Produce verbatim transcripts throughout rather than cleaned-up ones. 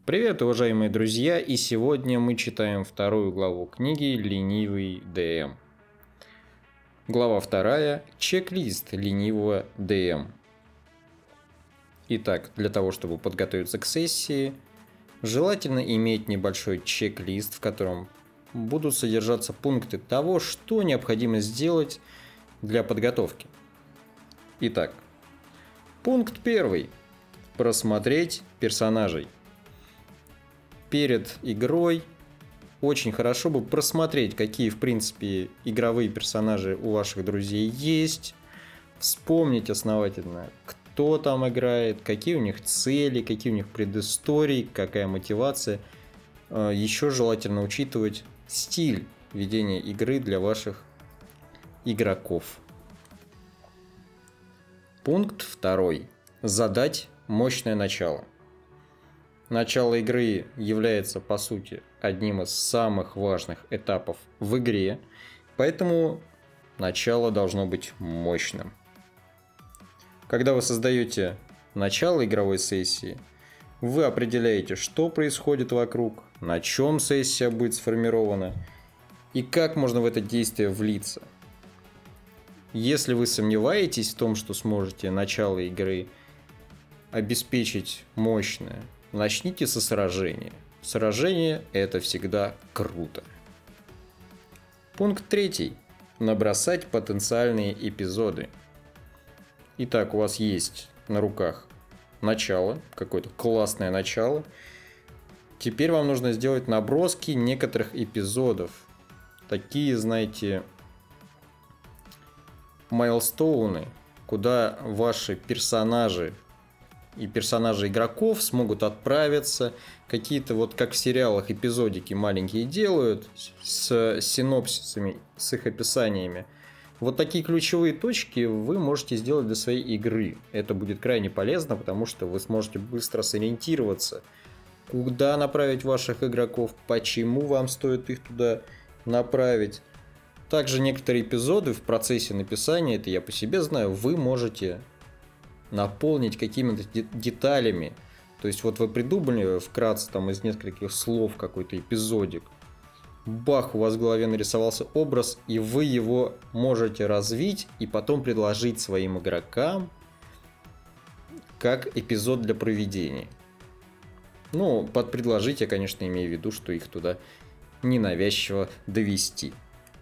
Привет, уважаемые друзья, и сегодня мы читаем вторую главу книги «Ленивый ДМ». Глава вторая. Чек-лист ленивого ДМ. Итак, для того, чтобы подготовиться к сессии, желательно иметь небольшой чек-лист, в котором будут содержаться пункты того, что необходимо сделать для подготовки. Итак, пункт первый. Просмотреть персонажей. Перед игрой очень хорошо бы просмотреть, какие, в принципе, игровые персонажи у ваших друзей есть, вспомнить основательно, кто там играет, какие у них цели, какие у них предыстории, какая мотивация. Еще желательно учитывать стиль ведения игры для ваших игроков. Пункт второй. Задать мощное начало. Начало игры является, по сути, одним из самых важных этапов в игре, поэтому начало должно быть мощным. Когда вы создаете начало игровой сессии, вы определяете, что происходит вокруг, на чем сессия будет сформирована и как можно в это действие влиться. Если вы сомневаетесь в том, что сможете начало игры обеспечить мощное, начните со сражения. Сражение – это всегда круто. Пункт третий. Набросать потенциальные эпизоды. Итак, у вас есть на руках начало, какое-то классное начало. Теперь вам нужно сделать наброски некоторых эпизодов. Такие, знаете, майлстоуны, куда ваши персонажи и персонажи игроков смогут отправиться, какие-то вот как в сериалах эпизодики маленькие делают с синопсисами, с их описаниями. Вот такие ключевые точки вы можете сделать для своей игры. Это будет крайне полезно, потому что вы сможете быстро сориентироваться, куда направить ваших игроков, почему вам стоит их туда направить. Также некоторые эпизоды в процессе написания, это я по себе знаю, вы можете наполнить какими-то деталями. То есть вот вы придумали вкратце там из нескольких слов какой-то эпизодик. Бах, у вас в голове нарисовался образ, и вы его можете развить и потом предложить своим игрокам как эпизод для проведения. Ну, под предложить я, конечно, имею в виду, что их туда ненавязчиво довести.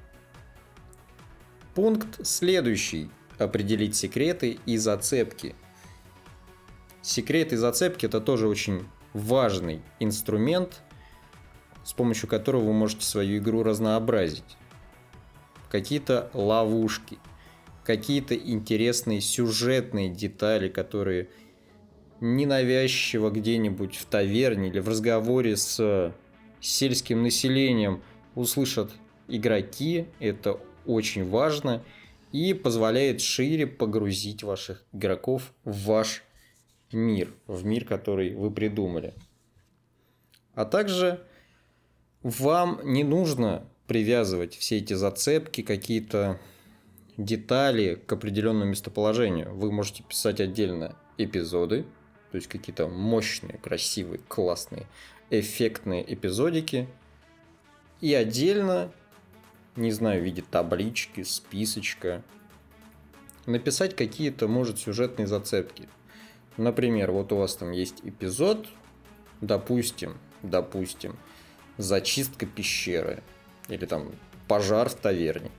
Пункт следующий. Определить секреты и зацепки. Секреты и зацепки – это тоже очень важный инструмент, с помощью которого вы можете свою игру разнообразить. Какие-то ловушки, какие-то интересные сюжетные детали, которые ненавязчиво где-нибудь в таверне или в разговоре с сельским населением услышат игроки. Это очень важно и позволяет шире погрузить ваших игроков в ваш мир, в мир, который вы придумали. А также вам не нужно привязывать все эти зацепки, какие-то детали к определенному местоположению. Вы можете писать отдельно эпизоды, то есть какие-то мощные, красивые, классные, эффектные эпизодики. И отдельно, не знаю, в виде таблички, списочка, написать какие-то, может, сюжетные зацепки. Например, вот у вас там есть эпизод, допустим, допустим, зачистка пещеры или там пожар в таверне.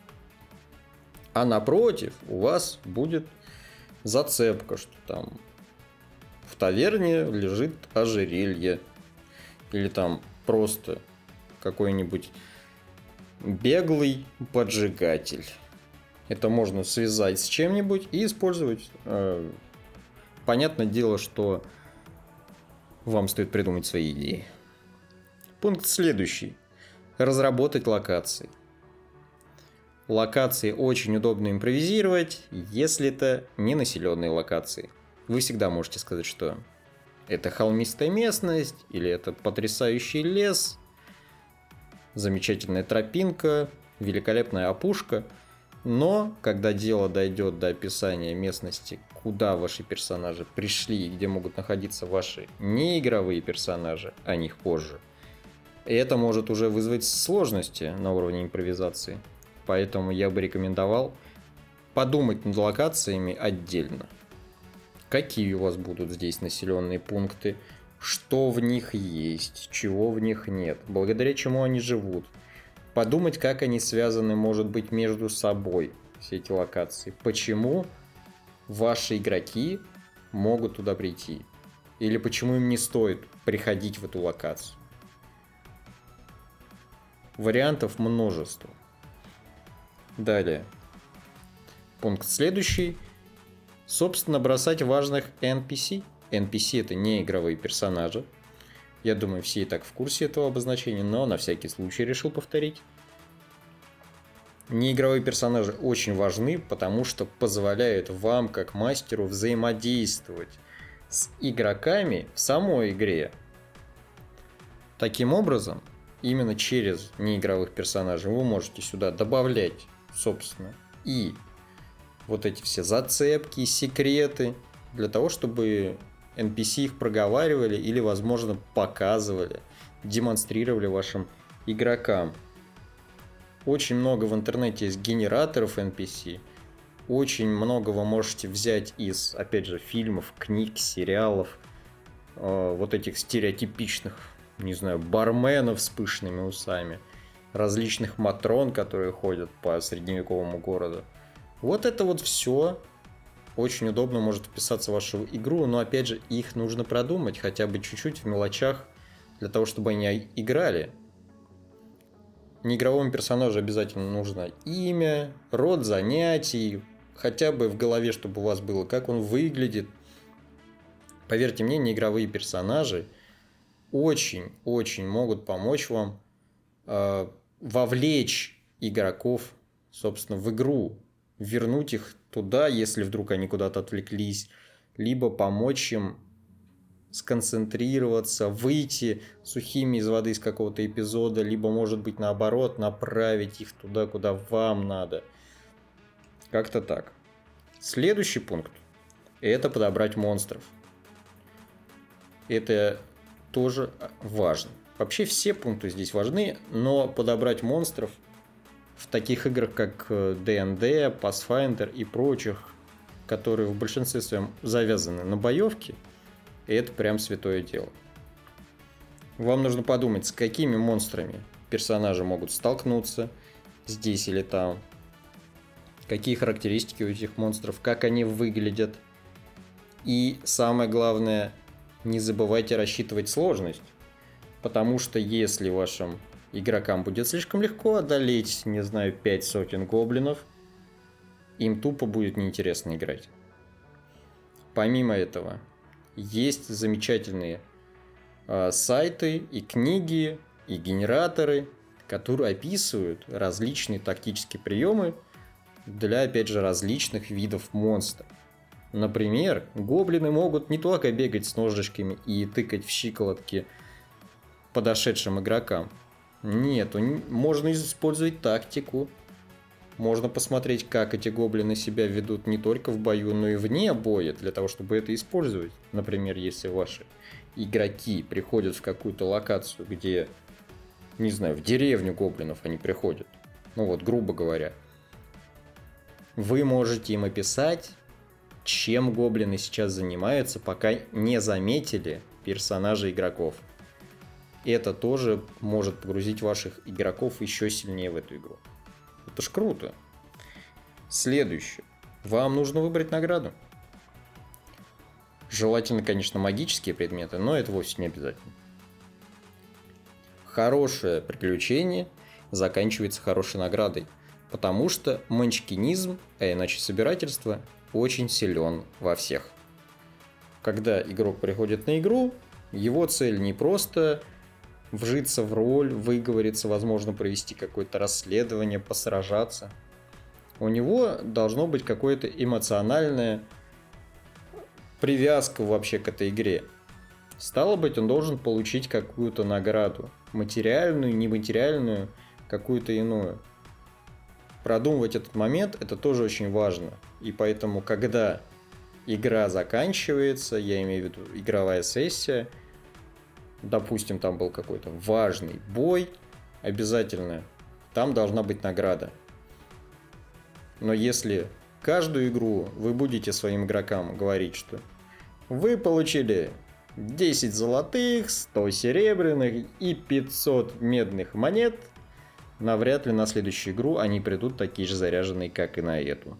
А напротив у вас будет зацепка, что там в таверне лежит ожерелье или там просто какой-нибудь беглый поджигатель. Это можно связать с чем-нибудь и использовать. Понятное дело, что вам стоит придумать свои идеи. Пункт следующий. Разработать локации. Локации очень удобно импровизировать, если это не населенные локации. Вы всегда можете сказать, что это холмистая местность, или это потрясающий лес, замечательная тропинка, великолепная опушка. Но, когда дело дойдет до описания местности, куда ваши персонажи пришли и где могут находиться ваши неигровые персонажи, о них позже, это может уже вызвать сложности на уровне импровизации. Поэтому я бы рекомендовал подумать над локациями отдельно. Какие у вас будут здесь населенные пункты, что в них есть, чего в них нет, благодаря чему они живут. Подумать, как они связаны, может быть, между собой, все эти локации. Почему ваши игроки могут туда прийти? Или почему им не стоит приходить в эту локацию? Вариантов множество. Далее. Пункт следующий. Собственно, бросать важных эн пи си. эн пи си это не игровые персонажи. Я думаю, все и так в курсе этого обозначения, но на всякий случай решил повторить. Неигровые персонажи очень важны, потому что позволяют вам, как мастеру, взаимодействовать с игроками в самой игре. Таким образом, именно через неигровых персонажей вы можете сюда добавлять, собственно, и вот эти все зацепки, секреты, для того, чтобы эн пи си их проговаривали или, возможно, показывали, демонстрировали вашим игрокам. Очень много в интернете есть генераторов эн пи си. Очень много вы можете взять из, опять же, фильмов, книг, сериалов, э, вот этих стереотипичных, не знаю, барменов с пышными усами, различных матрон, которые ходят по средневековому городу. Вот это вот все очень удобно может вписаться в вашу игру, но опять же их нужно продумать хотя бы чуть-чуть в мелочах для того, чтобы они играли. Неигровому персонажу обязательно нужно имя, род занятий, хотя бы в голове, чтобы у вас было, как он выглядит. Поверьте мне, неигровые персонажи очень-очень могут помочь вам э, вовлечь игроков, собственно, в игру, вернуть их туда, если вдруг они куда-то отвлеклись, либо помочь им сконцентрироваться, выйти сухими из воды из какого-то эпизода, либо, может быть, наоборот, направить их туда, куда вам надо. Как-то так. Следующий пункт – это подобрать монстров. Это тоже важно. Вообще все пункты здесь важны, но подобрать монстров в таких играх, как ди энд ди, Pathfinder и прочих, которые в большинстве своем завязаны на боевке, это прям святое дело. Вам нужно подумать, с какими монстрами персонажи могут столкнуться здесь или там, какие характеристики у этих монстров, как они выглядят. И самое главное, не забывайте рассчитывать сложность, потому что если вашим игрокам будет слишком легко одолеть, не знаю, пять сотен гоблинов, им тупо будет неинтересно играть. Помимо этого, есть замечательные э, сайты и книги, и генераторы, которые описывают различные тактические приемы для, опять же, различных видов монстров. Например, гоблины могут не только бегать с ножичками и тыкать в щиколотки подошедшим игрокам. Нет, можно использовать тактику. Можно посмотреть, как эти гоблины себя ведут не только в бою, но и вне боя, для того, чтобы это использовать. Например, если ваши игроки приходят в какую-то локацию, где, не знаю, в деревню гоблинов они приходят, ну вот, грубо говоря, вы можете им описать, чем гоблины сейчас занимаются, пока не заметили персонажей игроков. Это тоже может погрузить ваших игроков еще сильнее в эту игру. Это ж круто. Следующее. Вам нужно выбрать награду. Желательно, конечно, магические предметы, но это вовсе не обязательно. Хорошее приключение заканчивается хорошей наградой, потому что манчкинизм, а иначе собирательство, очень силен во всех. Когда игрок приходит на игру, его цель не просто вжиться в роль, выговориться, возможно, провести какое-то расследование, посражаться. У него должно быть какое-то эмоциональное привязка вообще к этой игре. Стало быть, он должен получить какую-то награду. Материальную, нематериальную, какую-то иную. продумывать этот момент, это тоже очень важно. И поэтому, когда игра заканчивается, я имею в виду игровая сессия, допустим, там был какой-то важный бой, обязательно там должна быть награда. Но если каждую игру вы будете своим игрокам говорить, что вы получили десять золотых, сто серебряных и пятьсот медных монет, навряд ли на следующую игру они придут такие же заряженные, как и на эту.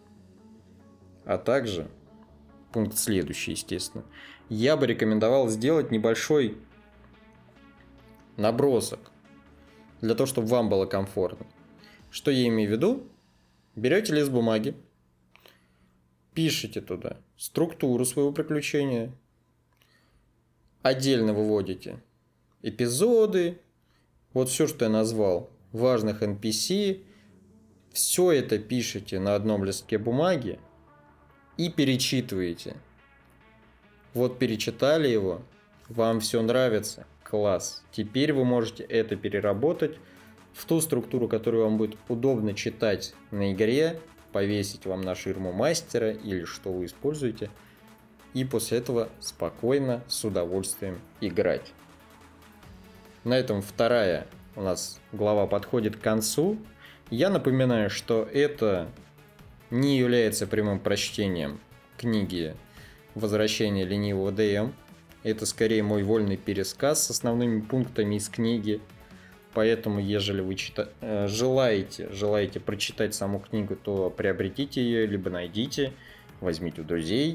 А также, пункт следующий, естественно, я бы рекомендовал сделать небольшой набросок, для того, чтобы вам было комфортно. Что я имею в виду? Берете лист бумаги, пишите туда структуру своего приключения, отдельно выводите эпизоды, вот все, что я назвал, важных эн пи си, все это пишите на одном листке бумаги и перечитываете. Вот перечитали его, вам все нравится, класс. Теперь вы можете это переработать в ту структуру, которую вам будет удобно читать на игре, повесить вам на ширму мастера или что вы используете, и после этого спокойно, с удовольствием играть. На этом вторая у нас глава подходит к концу. Я напоминаю, что это не является прямым прочтением книги «Возвращение ленивого дэ эм». Это скорее мой вольный пересказ с основными пунктами из книги. Поэтому, ежели вы чита... желаете, желаете прочитать саму книгу, то приобретите ее, либо найдите, возьмите у друзей.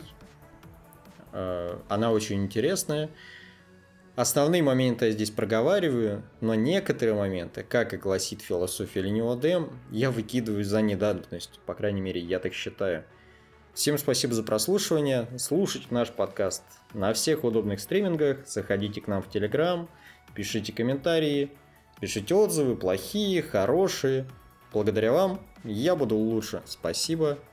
Она очень интересная. Основные моменты я здесь проговариваю, но некоторые моменты, как и гласит философия ленивого дэ эм, я выкидываю за недавностью. По крайней мере, я так считаю. Всем спасибо за прослушивание. Слушайте наш подкаст на всех удобных стримингах. Заходите к нам в Телеграм, пишите комментарии, пишите отзывы, плохие, хорошие. Благодаря вам я буду лучше. Спасибо.